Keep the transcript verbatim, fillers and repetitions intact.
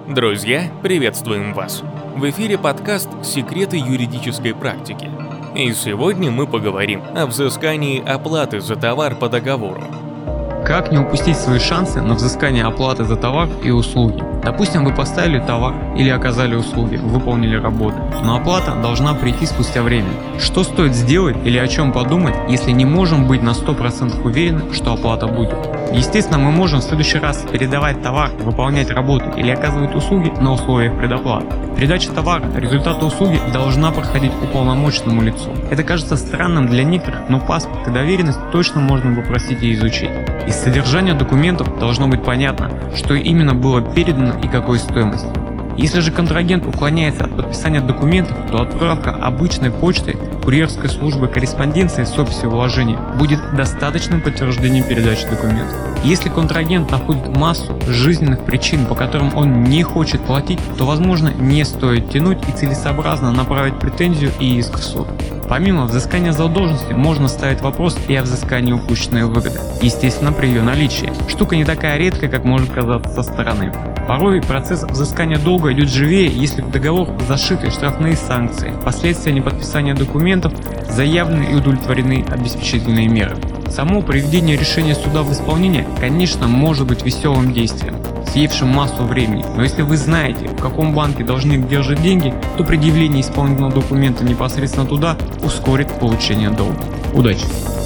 Друзья, приветствуем вас! В эфире подкаст «Секреты юридической практики». И сегодня мы поговорим о взыскании оплаты за товар по договору. Как не упустить свои шансы на взыскание оплаты за товар и услуги? Допустим, вы поставили товар или оказали услуги, выполнили работу, но оплата должна прийти спустя время. Что стоит сделать или о чем подумать, если не можем быть на сто процентов уверены, что оплата будет? Естественно, мы можем в следующий раз передавать товар, выполнять работу или оказывать услуги на условиях предоплаты. Передача товара, результата услуги должна проходить уполномоченному лицу. Это кажется странным для некоторых, но паспорт и доверенность точно можно попросить и изучить. Из содержания документов должно быть понятно, что именно было передано и какой стоимостью. Если же контрагент уклоняется от подписания документов, то отправка обычной почтой курьерской службы корреспонденции с описью вложения будет достаточным подтверждением передачи документов. Если контрагент находит массу жизненных причин, по которым он не хочет платить, то, возможно, не стоит тянуть и целесообразно направить претензию и иск в суд. Помимо взыскания задолженности, можно ставить вопрос и о взыскании упущенной выгоды, естественно, при ее наличии. Штука не такая редкая, как может казаться со стороны. Порой процесс взыскания долга идет живее, если в договор зашиты штрафные санкции, последствия неподписания документов заявлены и удовлетворены обеспечительные меры. Само приведение решения суда в исполнение, конечно, может быть веселым действием, съевшим массу времени, но если вы знаете, в каком банке должны держать деньги, то предъявление исполнительного документа непосредственно туда ускорит получение долга. Удачи!